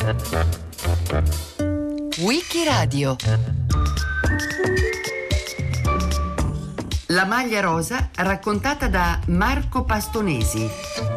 Wikiradio. La maglia rosa raccontata da Marco Pastonesi.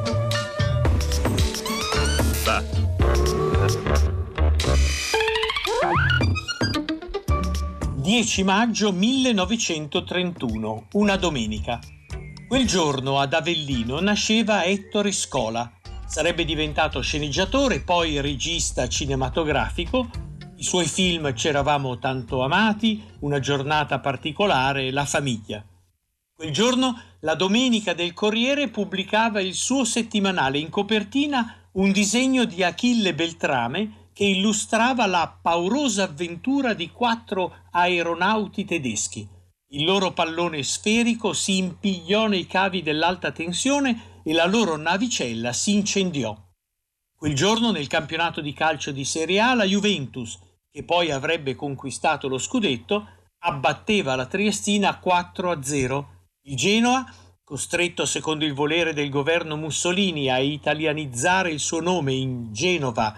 10 maggio 1931, una domenica. Quel giorno ad Avellino nasceva Ettore Scola. Sarebbe diventato sceneggiatore, poi regista cinematografico. I suoi film C'eravamo tanto amati, Una giornata particolare, La famiglia. Quel giorno la Domenica del Corriere pubblicava il suo settimanale, in copertina un disegno di Achille Beltrame che illustrava la paurosa avventura di 4 aeronauti tedeschi. Il loro pallone sferico si impigliò nei cavi dell'alta tensione e la loro navicella si incendiò. Quel giorno nel campionato di calcio di Serie A la Juventus, che poi avrebbe conquistato lo scudetto, abbatteva la Triestina 4-0. Il Genoa, costretto secondo il volere del governo Mussolini a italianizzare il suo nome in Genova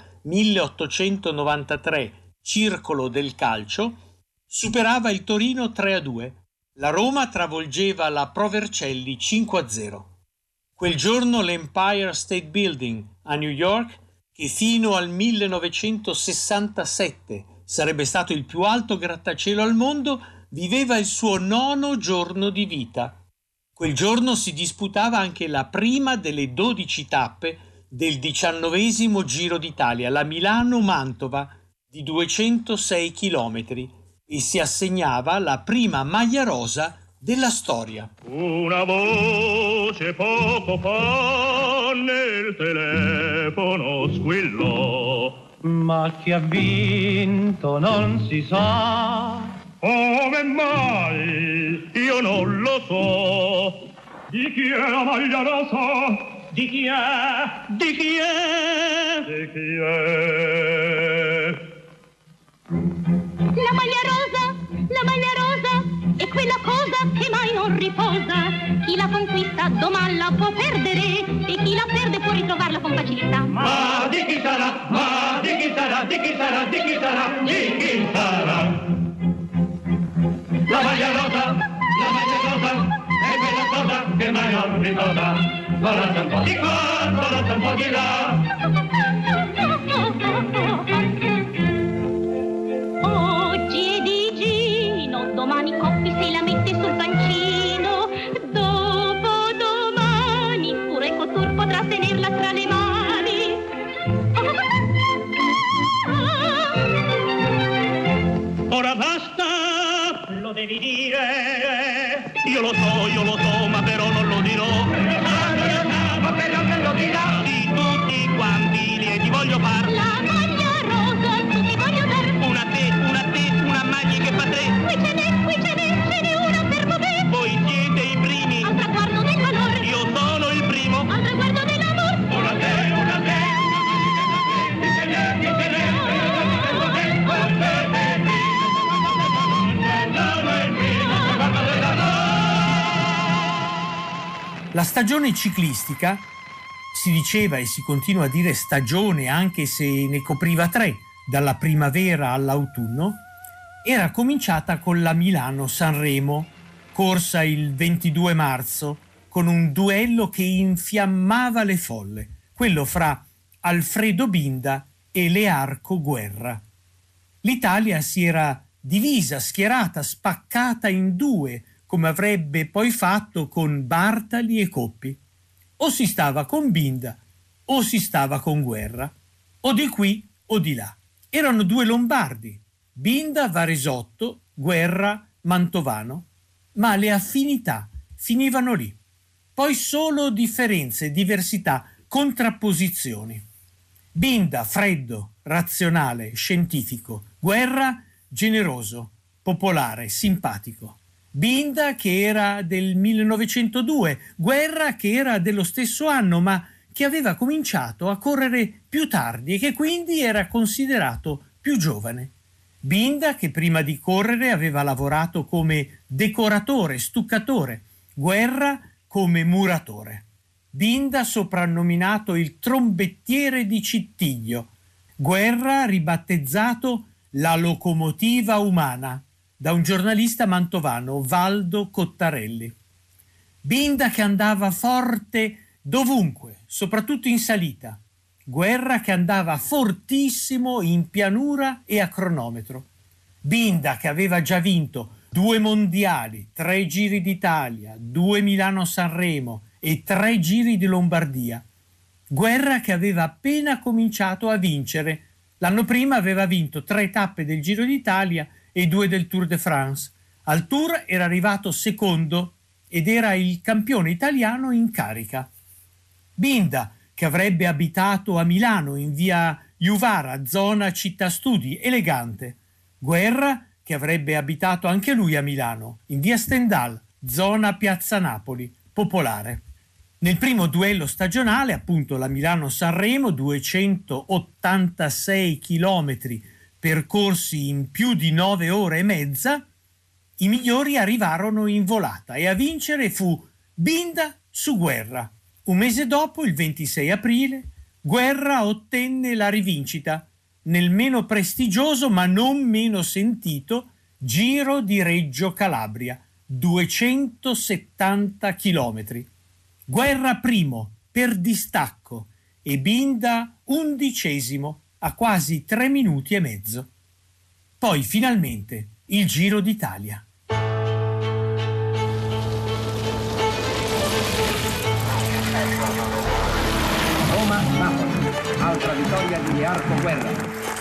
1893, Circolo del Calcio, superava il Torino 3-2. La Roma travolgeva la Pro Vercelli 5-0. Quel giorno l'Empire State Building a New York, che fino al 1967 sarebbe stato il più alto grattacielo al mondo, viveva il suo 9° giorno di vita. Quel giorno si disputava anche la prima delle 12 tappe del 19° Giro d'Italia, la Milano-Mantova, di 206 chilometri, e si assegnava la prima maglia rosa della storia. Una voce poco fa nel telefono squillò. Ma chi ha vinto non si sa. Come mai? Io non lo so. Di chi è la maglia rosa? Di chi è? Di chi è? Di chi è? La maglia rosa, la maglia rosa è quella cosa che mai non riposa. Chi la conquista domani la può perdere e chi la perde può ritrovarla con facilità. Ma di chi sarà? Ma di chi sarà? Di chi sarà? Di chi sarà? Di chi sarà? La maglia rosa è quella cosa che mai non riposa. Guarda un po' di qua, guarda un po' di là. Oggi è di Gino, domani Coppi se la mette sul pancino, dopodomani pure Couture potrà tenerla tra le mani. Ora basta, lo devi dire. Io lo so, ma però non lo dirò. Ma però non lo dirò. Di tutti quanti li voglio far. La maglia rosa tutti voglio dar. Una a te, una maglia che fa 3. Qui ce n'è una per me. Voi siete i primi. Al traguardo del valore. Io sono il primo. Al traguardo dell'amor. Una a te, una maglia che fa 3. La stagione ciclistica, si diceva e si continua a dire stagione anche se ne copriva 3, dalla primavera all'autunno, era cominciata con la Milano-Sanremo, corsa il 22 marzo, con un duello che infiammava le folle, quello fra Alfredo Binda e Learco Guerra. L'Italia si era divisa, schierata, spaccata in 2, come avrebbe poi fatto con Bartali e Coppi. O si stava con Binda o si stava con Guerra, o di qui o di là. Erano 2 lombardi, Binda Varesotto, Guerra Mantovano, ma le affinità finivano lì. Poi solo differenze, diversità, contrapposizioni. Binda freddo, razionale, scientifico, Guerra generoso, popolare, simpatico. Binda che era del 1902, Guerra che era dello stesso anno, ma che aveva cominciato a correre più tardi e che quindi era considerato più giovane. Binda che prima di correre aveva lavorato come decoratore, stuccatore, Guerra come muratore. Binda soprannominato il trombettiere di Cittiglio, Guerra ribattezzato la locomotiva umana da un giornalista mantovano, Valdo Cottarelli. Binda che andava forte dovunque, soprattutto in salita. Guerra che andava fortissimo in pianura e a cronometro. Binda che aveva già vinto 2 mondiali, 3 giri d'Italia, 2 Milano-Sanremo e 3 giri di Lombardia. Guerra che aveva appena cominciato a vincere. L'anno prima aveva vinto 3 tappe del Giro d'Italia e 2 del Tour de France. Al Tour era arrivato secondo ed era il campione italiano in carica. Binda, che avrebbe abitato a Milano in via Juvara, zona città studi, elegante. Guerra, che avrebbe abitato anche lui a Milano, in via Stendhal, zona piazza Napoli, popolare. Nel primo duello stagionale, appunto la Milano-Sanremo, 286 chilometri percorsi in più di 9 ore e mezza, i migliori arrivarono in volata e a vincere fu Binda su Guerra. Un mese dopo, il 26 aprile, Guerra ottenne la rivincita nel meno prestigioso ma non meno sentito Giro di Reggio Calabria, 270 chilometri. Guerra primo per distacco e Binda 11° a quasi 3 minuti e mezzo. Poi finalmente il Giro d'Italia. Roma-Napoli, altra vittoria di Arco Guerra.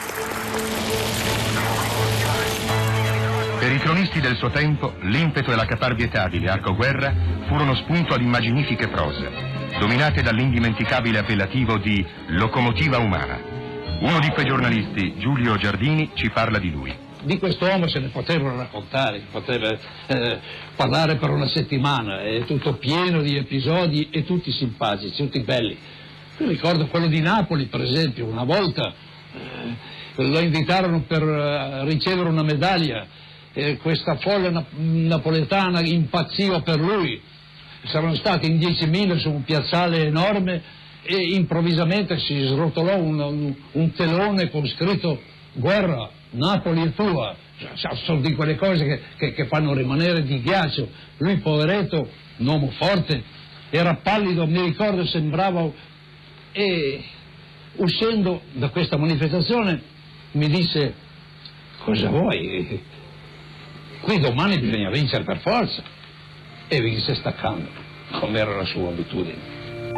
Per i cronisti del suo tempo, l'impeto e la caparbietà di Arco Guerra furono spunto ad immaginifiche prose, dominate dall'indimenticabile appellativo di locomotiva umana. Uno di quei giornalisti, Giulio Giardini, ci parla di lui. Di quest'uomo se ne potevano raccontare, poteva parlare per una settimana, è tutto pieno di episodi e tutti simpatici, tutti belli. Io ricordo quello di Napoli, per esempio, una volta lo invitarono per ricevere una medaglia, questa folla napoletana impazziva per lui, saranno stati in 10.000 su un piazzale enorme e improvvisamente si srotolò un telone con scritto Guerra, Napoli è tua. Sono di quelle cose che fanno rimanere di ghiaccio. Lui, poveretto, un uomo forte, era pallido, mi ricordo, sembrava, e uscendo da questa manifestazione mi disse: cosa vuoi? Qui domani bisogna vincere per forza. E vinse staccando, come era la sua abitudine.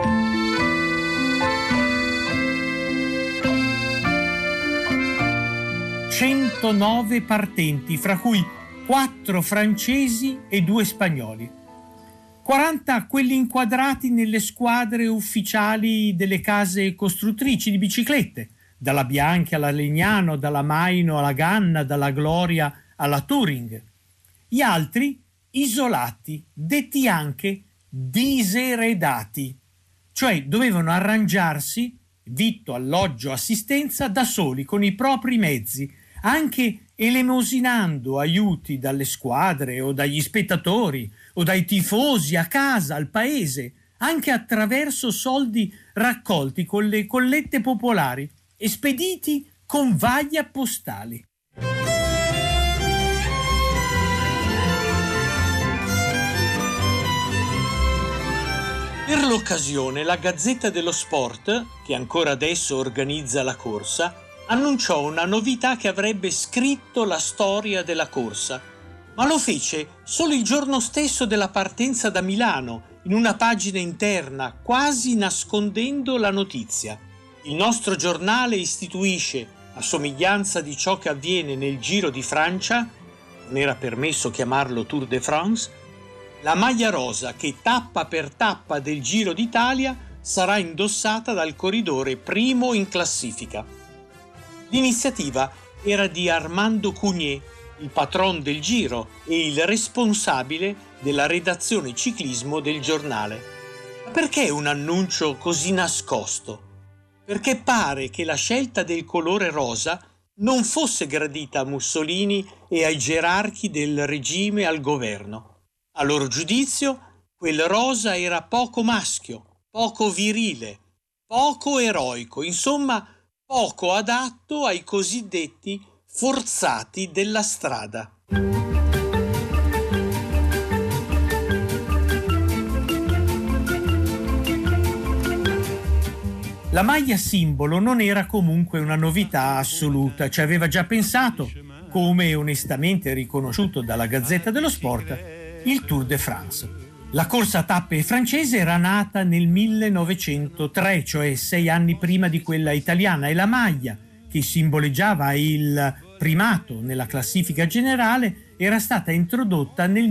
109 partenti, fra cui 4 francesi e 2 spagnoli. 40 quelli inquadrati nelle squadre ufficiali delle case costruttrici di biciclette, dalla Bianchi alla Legnano, dalla Maino alla Ganna, dalla Gloria alla Touring. Gli altri isolati, detti anche diseredati, cioè dovevano arrangiarsi, vitto, alloggio, assistenza, da soli, con i propri mezzi, anche elemosinando aiuti dalle squadre o dagli spettatori o dai tifosi a casa, al paese, anche attraverso soldi raccolti con le collette popolari e spediti con vaglia postali. Per l'occasione la Gazzetta dello Sport, che ancora adesso organizza la corsa, annunciò una novità che avrebbe scritto la storia della corsa, ma lo fece solo il giorno stesso della partenza da Milano, in una pagina interna, quasi nascondendo la notizia. Il nostro giornale istituisce, a somiglianza di ciò che avviene nel Giro di Francia, non era permesso chiamarlo Tour de France, la maglia rosa che tappa per tappa del Giro d'Italia sarà indossata dal corridore primo in classifica. L'iniziativa era di Armando Cugnet, il patron del Giro e il responsabile della redazione ciclismo del giornale. Ma perché un annuncio così nascosto? Perché pare che la scelta del colore rosa non fosse gradita a Mussolini e ai gerarchi del regime al governo. A loro giudizio, quel rosa era poco maschio, poco virile, poco eroico, insomma poco adatto ai cosiddetti forzati della strada. La maglia simbolo non era comunque una novità assoluta, ci aveva già pensato, come onestamente riconosciuto dalla Gazzetta dello Sport, il Tour de France. La corsa a tappe francese era nata nel 1903, cioè 6 anni prima di quella italiana, e la maglia, che simboleggiava il primato nella classifica generale, era stata introdotta nel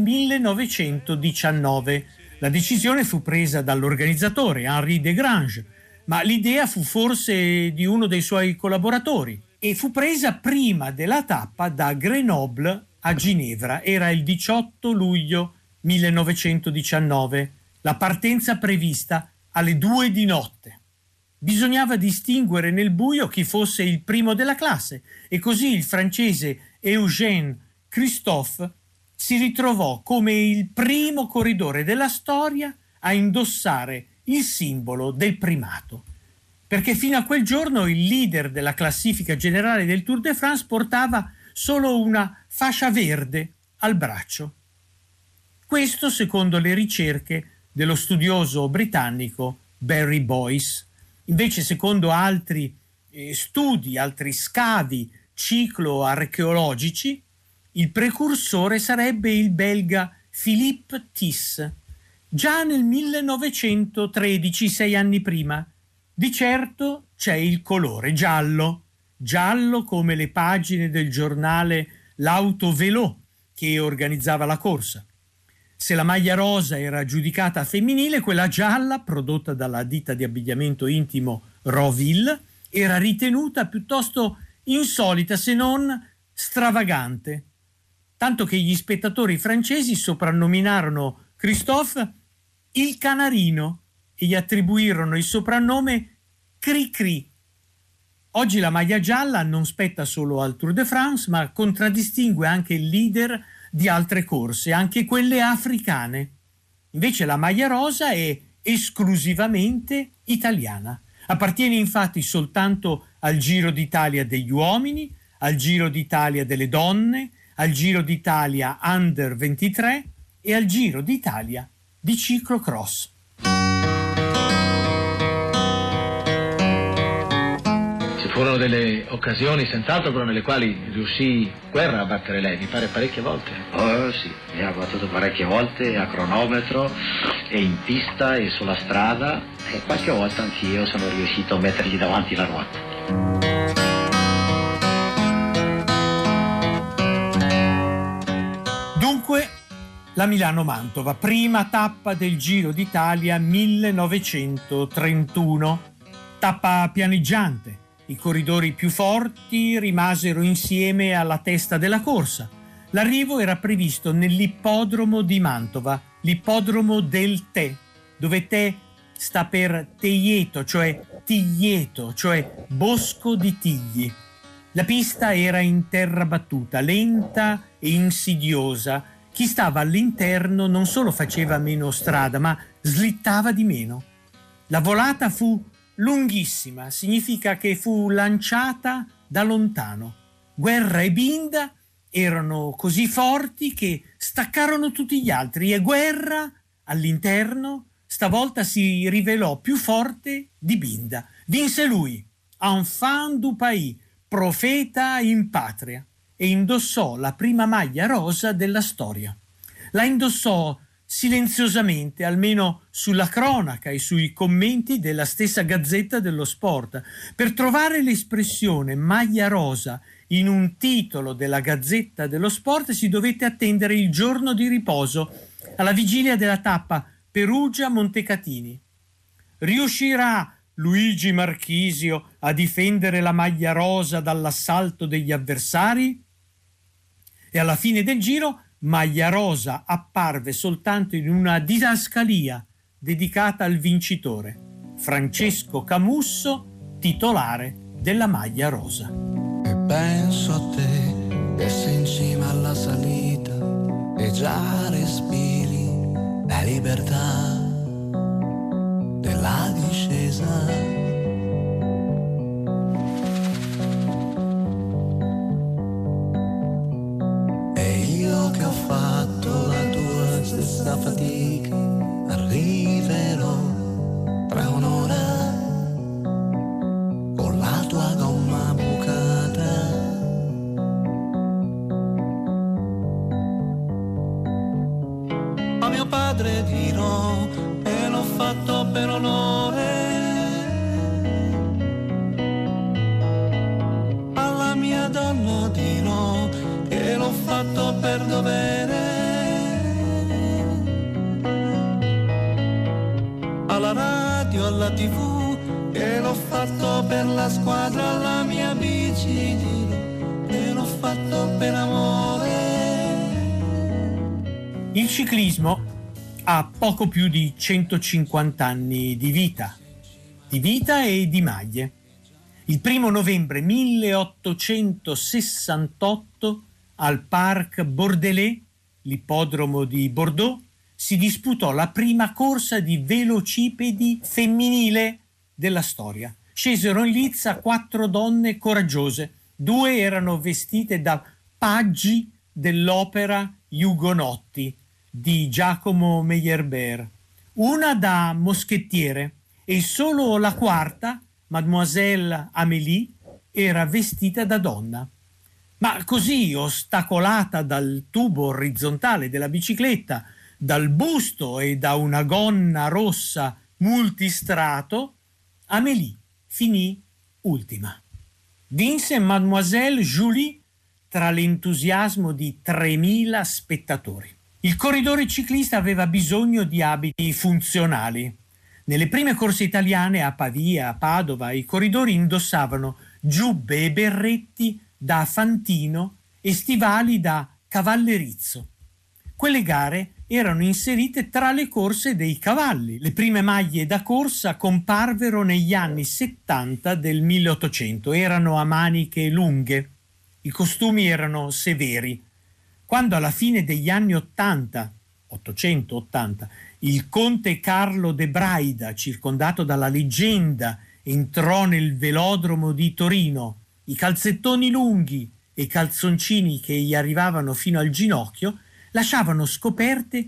1919. La decisione fu presa dall'organizzatore Henri Desgranges, ma l'idea fu forse di uno dei suoi collaboratori e fu presa prima della tappa da Grenoble a Ginevra. Era il 18 luglio 1919, la partenza prevista alle 2 di notte. Bisognava distinguere nel buio chi fosse il primo della classe e così il francese Eugène Christophe si ritrovò come il primo corridore della storia a indossare il simbolo del primato, perché fino a quel giorno il leader della classifica generale del Tour de France portava solo una fascia verde al braccio. Questo secondo le ricerche dello studioso britannico Barry Boyce. Invece, secondo altri studi, altri scavi ciclo-archeologici, il precursore sarebbe il belga Philippe Thys, già nel 1913, 6 anni prima. Di certo c'è il colore giallo come le pagine del giornale L'Auto-Vélo che organizzava la corsa. Se la maglia rosa era giudicata femminile, quella gialla, prodotta dalla ditta di abbigliamento intimo Roville, era ritenuta piuttosto insolita, se non stravagante, tanto che gli spettatori francesi soprannominarono Christophe il canarino e gli attribuirono il soprannome Cri-Cri. Oggi la maglia gialla non spetta solo al Tour de France, ma contraddistingue anche il leader di altre corse, anche quelle africane. Invece la maglia rosa è esclusivamente italiana. Appartiene infatti soltanto al Giro d'Italia degli uomini, al Giro d'Italia delle donne, al Giro d'Italia Under 23 e al Giro d'Italia di ciclocross. Furono delle occasioni senz'altro però nelle quali riuscì Guerra a battere lei, mi pare parecchie volte. Oh sì, mi ha battuto parecchie volte a cronometro e in pista e sulla strada e qualche volta anch'io sono riuscito a mettergli davanti la ruota. Dunque la Milano-Mantova, prima tappa del Giro d'Italia 1931, tappa pianeggiante. I corridori più forti rimasero insieme alla testa della corsa. L'arrivo era previsto nell'ippodromo di Mantova, l'ippodromo del Tè, dove Tè sta per Teieto, cioè Tiglieto, cioè bosco di tigli. La pista era in terra battuta, lenta e insidiosa. Chi stava all'interno non solo faceva meno strada, ma slittava di meno. La volata fu lunghissima, significa che fu lanciata da lontano. Guerra e Binda erano così forti che staccarono tutti gli altri e Guerra, all'interno, stavolta si rivelò più forte di Binda. Vinse lui, enfant du pays, profeta in patria, e indossò la prima maglia rosa della storia. La indossò silenziosamente, almeno sulla cronaca e sui commenti della stessa Gazzetta dello Sport. Per trovare l'espressione maglia rosa in un titolo della Gazzetta dello Sport si dovette attendere il giorno di riposo, alla vigilia della tappa Perugia-Montecatini. Riuscirà Luigi Marchisio a difendere la maglia rosa dall'assalto degli avversari? E alla fine del giro maglia rosa apparve soltanto in una didascalia dedicata al vincitore, Francesco Camusso, titolare della maglia rosa. E penso a te che sei in cima alla salita e già respiri la libertà della discesa. fatica, arriverò tra un'ora con la tua gomma bucata. A mio padre dirò e l'ho fatto per onore, alla mia donna dirò che l'ho fatto per dovere, alla radio, alla TV che l'ho fatto per la squadra, alla mia bici dirò che l'ho fatto per amore. Il ciclismo ha poco più di 150 anni di vita e di maglie. Il 1 novembre 1868 al Parc Bordelais, l'ippodromo di Bordeaux, si disputò la prima corsa di velocipedi femminile della storia. Scesero in lizza 4 donne coraggiose. 2 erano vestite da paggi dell'opera Ugonotti di Giacomo Meyerbeer, una da moschettiere, e solo la quarta, Mademoiselle Amélie, era vestita da donna. Ma così, ostacolata dal tubo orizzontale della bicicletta, dal busto e da una gonna rossa multistrato, Amélie finì ultima. Vinse Mademoiselle Julie tra l'entusiasmo di 3.000 spettatori. Il corridore ciclista aveva bisogno di abiti funzionali. Nelle prime corse italiane a Pavia, a Padova, i corridori indossavano giubbe e berretti da fantino e stivali da cavallerizzo. Quelle gare erano inserite tra le corse dei cavalli. Le prime maglie da corsa comparvero negli anni 70 del 1800. Erano a maniche lunghe. I costumi erano severi. Quando alla fine degli anni 880, il conte Carlo de Braida, circondato dalla leggenda, entrò nel velodromo di Torino, i calzettoni lunghi e i calzoncini che gli arrivavano fino al ginocchio lasciavano scoperte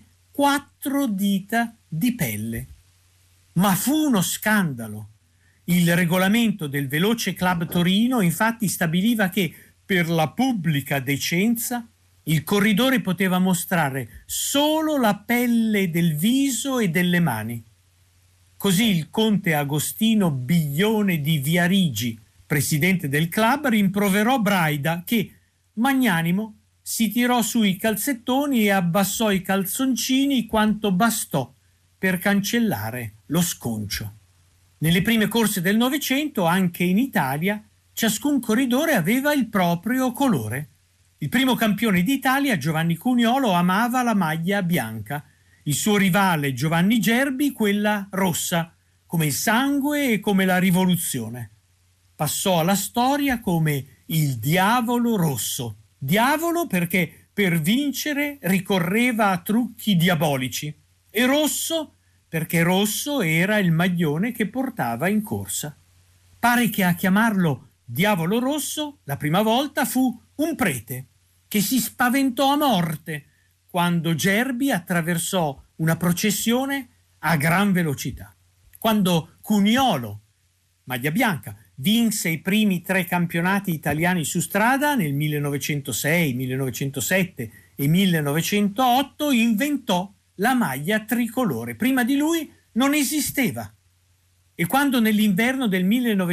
4 dita di pelle. Ma fu uno scandalo. Il regolamento del Veloce Club Torino infatti stabiliva che per la pubblica decenza il corridore poteva mostrare solo la pelle del viso e delle mani. Così il conte Agostino Biglione di Viarigi, presidente del club, rimproverò Braida che, magnanimo, si tirò su i calzettoni e abbassò i calzoncini quanto bastò per cancellare lo sconcio. Nelle prime corse del Novecento, anche in Italia, ciascun corridore aveva il proprio colore. Il primo campione d'Italia, Giovanni Cuniolo, amava la maglia bianca, il suo rivale Giovanni Gerbi quella rossa, come il sangue e come la rivoluzione. Passò alla storia come il Diavolo Rosso. Diavolo perché per vincere ricorreva a trucchi diabolici, e rosso perché rosso era il maglione che portava in corsa. Pare che a chiamarlo Diavolo Rosso la prima volta fu un prete, che si spaventò a morte quando Gerbi attraversò una processione a gran velocità. Quando Cuniolo, maglia bianca, vinse i primi 3 campionati italiani su strada nel 1906, 1907 e 1908, inventò la maglia tricolore. Prima di lui non esisteva. E quando nell'inverno del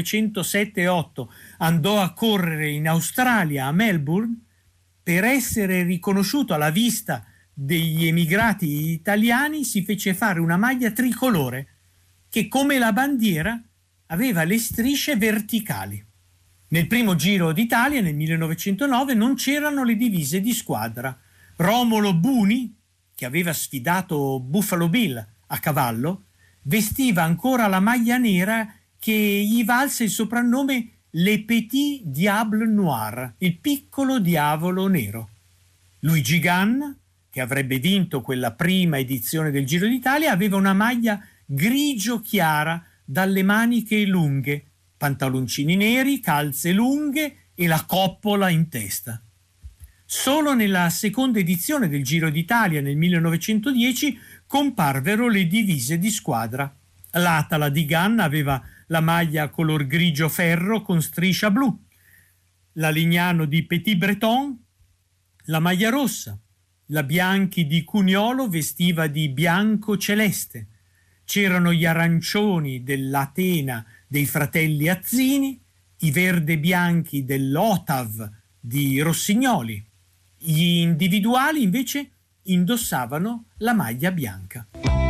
1907-8 andò a correre in Australia, a Melbourne, per essere riconosciuto alla vista degli emigrati italiani si fece fare una maglia tricolore che, come la bandiera, aveva le strisce verticali. Nel primo Giro d'Italia, nel 1909, non c'erano le divise di squadra. Romolo Buni, che aveva sfidato Buffalo Bill a cavallo, vestiva ancora la maglia nera che gli valse il soprannome Le Petit Diable Noir, il piccolo diavolo nero. Luigi Ganna, che avrebbe vinto quella prima edizione del Giro d'Italia, aveva una maglia grigio chiara dalle maniche lunghe, pantaloncini neri, calze lunghe e la coppola in testa. Solo nella seconda edizione del Giro d'Italia nel 1910 comparvero le divise di squadra. L'Atala di Ganna aveva la maglia color grigio ferro con striscia blu, la Lignano di Petit Breton la maglia rossa, la Bianchi di Cuniolo vestiva di bianco celeste, c'erano gli arancioni dell'Atena dei fratelli Azzini, i verde bianchi dell'Otav di Rossignoli. Gli individuali invece indossavano la maglia bianca.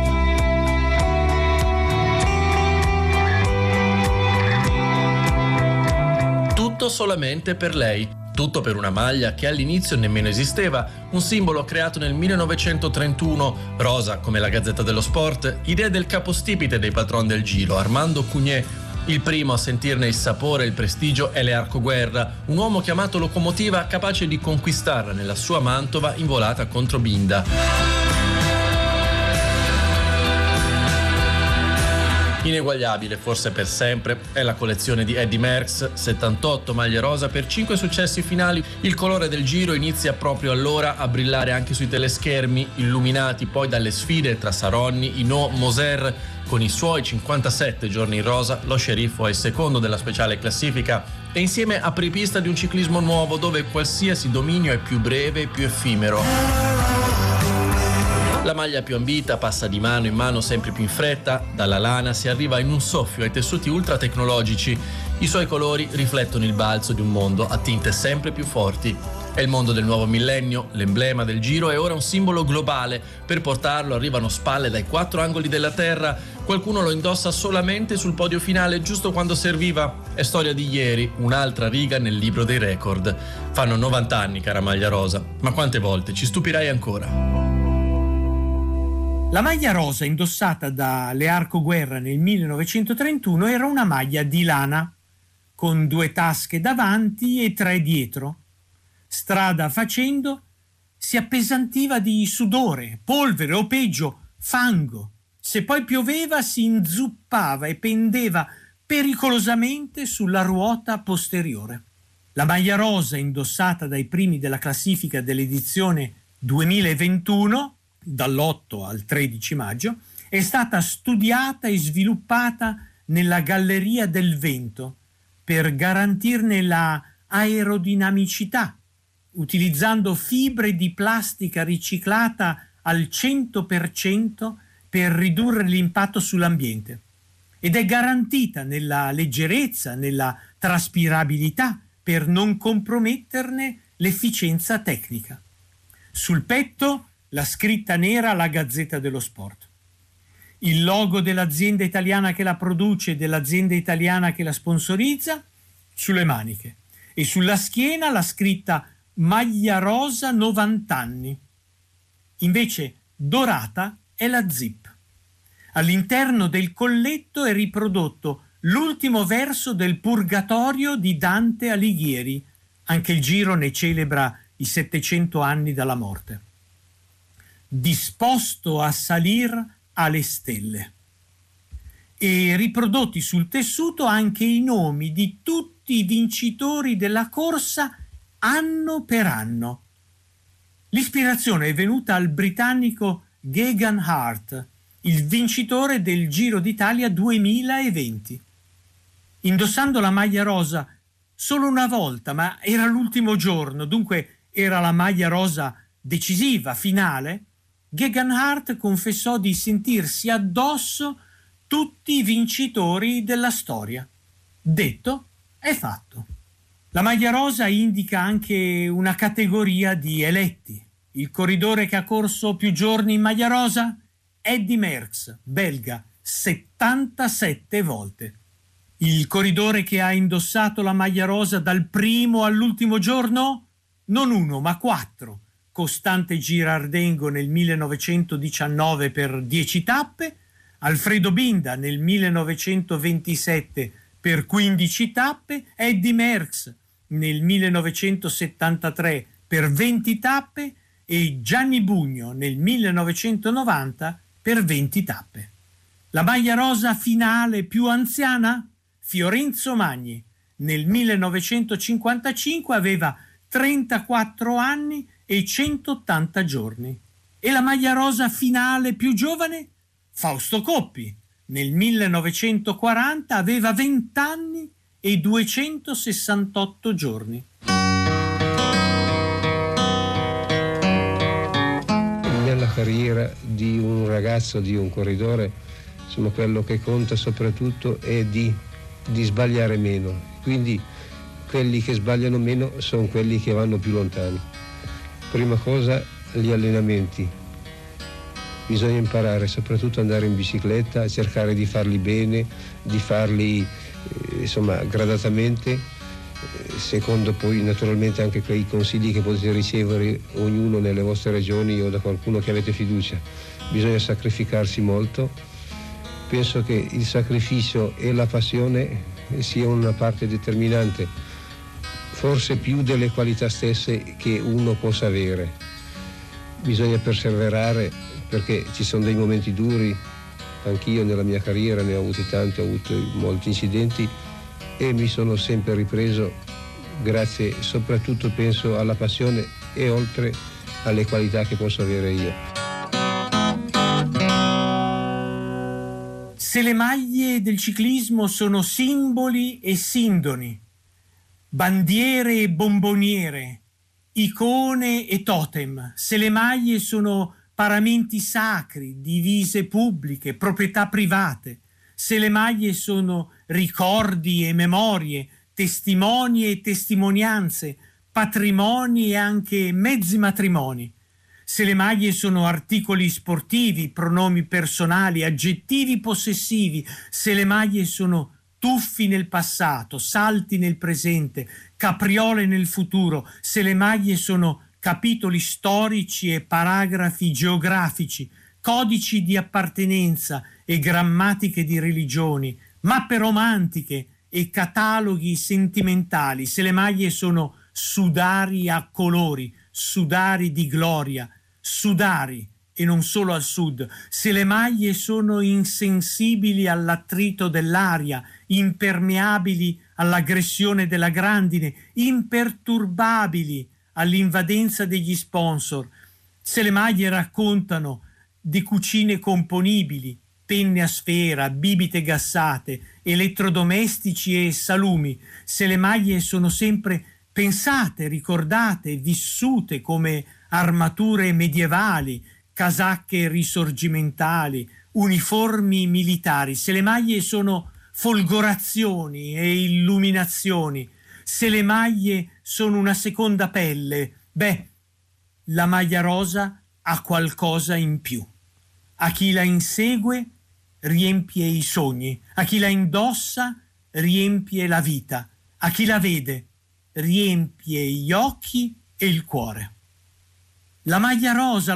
Tutto solamente per lei, tutto per una maglia che all'inizio nemmeno esisteva, un simbolo creato nel 1931, rosa come la Gazzetta dello Sport, idea del capostipite dei patron del Giro, Armando Cugnet. Il primo a sentirne il sapore e il prestigio è Learco Guerra, un uomo chiamato locomotiva capace di conquistarla nella sua Mantova in volata contro Binda. Ineguagliabile, forse per sempre, è la collezione di Eddy Merckx, 78 maglie rosa per 5 successi finali. Il colore del Giro inizia proprio allora a brillare anche sui teleschermi, illuminati poi dalle sfide tra Saronni, Hinault, Moser. Con i suoi 57 giorni in rosa, lo sceriffo è il secondo della speciale classifica e insieme apripista di un ciclismo nuovo dove qualsiasi dominio è più breve e più effimero. La maglia più ambita passa di mano in mano sempre più in fretta, dalla lana si arriva in un soffio ai tessuti ultra tecnologici. I suoi colori riflettono il balzo di un mondo a tinte sempre più forti. È il mondo del nuovo millennio, l'emblema del Giro è ora un simbolo globale. Per portarlo arrivano spalle dai 4 angoli della terra, qualcuno lo indossa solamente sul podio finale giusto quando serviva. È storia di ieri, un'altra riga nel libro dei record. Fanno 90 anni, cara maglia rosa, ma quante volte ci stupirai ancora? La maglia rosa indossata da Learco Guerra nel 1931 era una maglia di lana, con 2 tasche davanti e 3 dietro. Strada facendo si appesantiva di sudore, polvere o peggio, fango. Se poi pioveva si inzuppava e pendeva pericolosamente sulla ruota posteriore. La maglia rosa indossata dai primi della classifica dell'edizione 2021 dall'8 al 13 maggio, è stata studiata e sviluppata nella Galleria del Vento per garantirne la aerodinamicità, utilizzando fibre di plastica riciclata al 100% per ridurre l'impatto sull'ambiente, ed è garantita nella leggerezza, nella traspirabilità, per non comprometterne l'efficienza tecnica. Sul petto la scritta nera alla Gazzetta dello Sport. Il logo dell'azienda italiana che la produce e dell'azienda italiana che la sponsorizza sulle maniche. E sulla schiena la scritta Maglia rosa 90 anni. Invece dorata è la zip. All'interno del colletto è riprodotto l'ultimo verso del Purgatorio di Dante Alighieri. Anche il Giro ne celebra i 700 anni dalla morte. Disposto a salir alle stelle. E riprodotti sul tessuto anche i nomi di tutti i vincitori della corsa anno per anno. L'ispirazione è venuta al britannico Geoghegan Hart, il vincitore del Giro d'Italia 2020. Indossando la maglia rosa solo una volta, ma era l'ultimo giorno, dunque era la maglia rosa decisiva, finale, Geoghegan Hart confessò di sentirsi addosso tutti i vincitori della storia. Detto è fatto. La maglia rosa indica anche una categoria di eletti. Il corridore che ha corso più giorni in maglia rosa? Eddy Merckx, belga, 77 volte. Il corridore che ha indossato la maglia rosa dal primo all'ultimo giorno? Non 1, ma 4. Costante Girardengo nel 1919 per 10 tappe, Alfredo Binda nel 1927 per 15 tappe, Eddy Merckx nel 1973 per 20 tappe e Gianni Bugno nel 1990 per 20 tappe. La maglia rosa finale più anziana? Fiorenzo Magni nel 1955 aveva 34 anni e 180 giorni. E la maglia rosa finale più giovane? Fausto Coppi. Nel 1940 aveva 20 anni e 268 giorni. Nella carriera di un ragazzo, di un corridore, insomma, quello che conta soprattutto è di sbagliare meno. Quindi quelli che sbagliano meno sono quelli che vanno più lontani. Prima cosa, gli allenamenti. Bisogna imparare soprattutto ad andare in bicicletta, cercare di farli bene, di farli insomma gradatamente, secondo poi naturalmente anche quei consigli che potete ricevere ognuno nelle vostre regioni o da qualcuno che avete fiducia. Bisogna sacrificarsi molto. Penso che il sacrificio e la passione sia una parte determinante, forse più delle qualità stesse che uno possa avere. Bisogna perseverare, perché ci sono dei momenti duri, anch'io nella mia carriera ne ho avuti tanti, ho avuto molti incidenti e mi sono sempre ripreso grazie soprattutto penso alla passione e oltre alle qualità che posso avere io. Se le maglie del ciclismo sono simboli e sindoni, bandiere e bomboniere, icone e totem, se le maglie sono paramenti sacri, divise pubbliche, proprietà private, se le maglie sono ricordi e memorie, testimoni e testimonianze, patrimoni e anche mezzi matrimoni, se le maglie sono articoli sportivi, pronomi personali, aggettivi possessivi, se le maglie sono tuffi nel passato, salti nel presente, capriole nel futuro, se le maglie sono capitoli storici e paragrafi geografici, codici di appartenenza e grammatiche di religioni, mappe romantiche e cataloghi sentimentali, se le maglie sono sudari a colori, sudari di gloria, sudari e non solo al sud, se le maglie sono insensibili all'attrito dell'aria, impermeabili all'aggressione della grandine, imperturbabili all'invadenza degli sponsor, se le maglie raccontano di cucine componibili, penne a sfera, bibite gassate, elettrodomestici e salumi, se le maglie sono sempre pensate, ricordate, vissute come armature medievali, casacche risorgimentali, uniformi militari, se le maglie sono folgorazioni e illuminazioni, se le maglie sono una seconda pelle, la maglia rosa ha qualcosa in più. A chi la insegue riempie i sogni, a chi la indossa riempie la vita, a chi la vede riempie gli occhi e il cuore. La maglia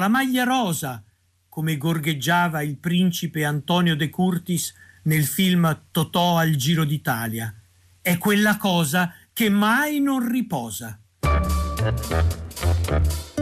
rosa, come gorgheggiava il principe Antonio De Curtis nel film Totò al Giro d'Italia, è quella cosa che mai non riposa.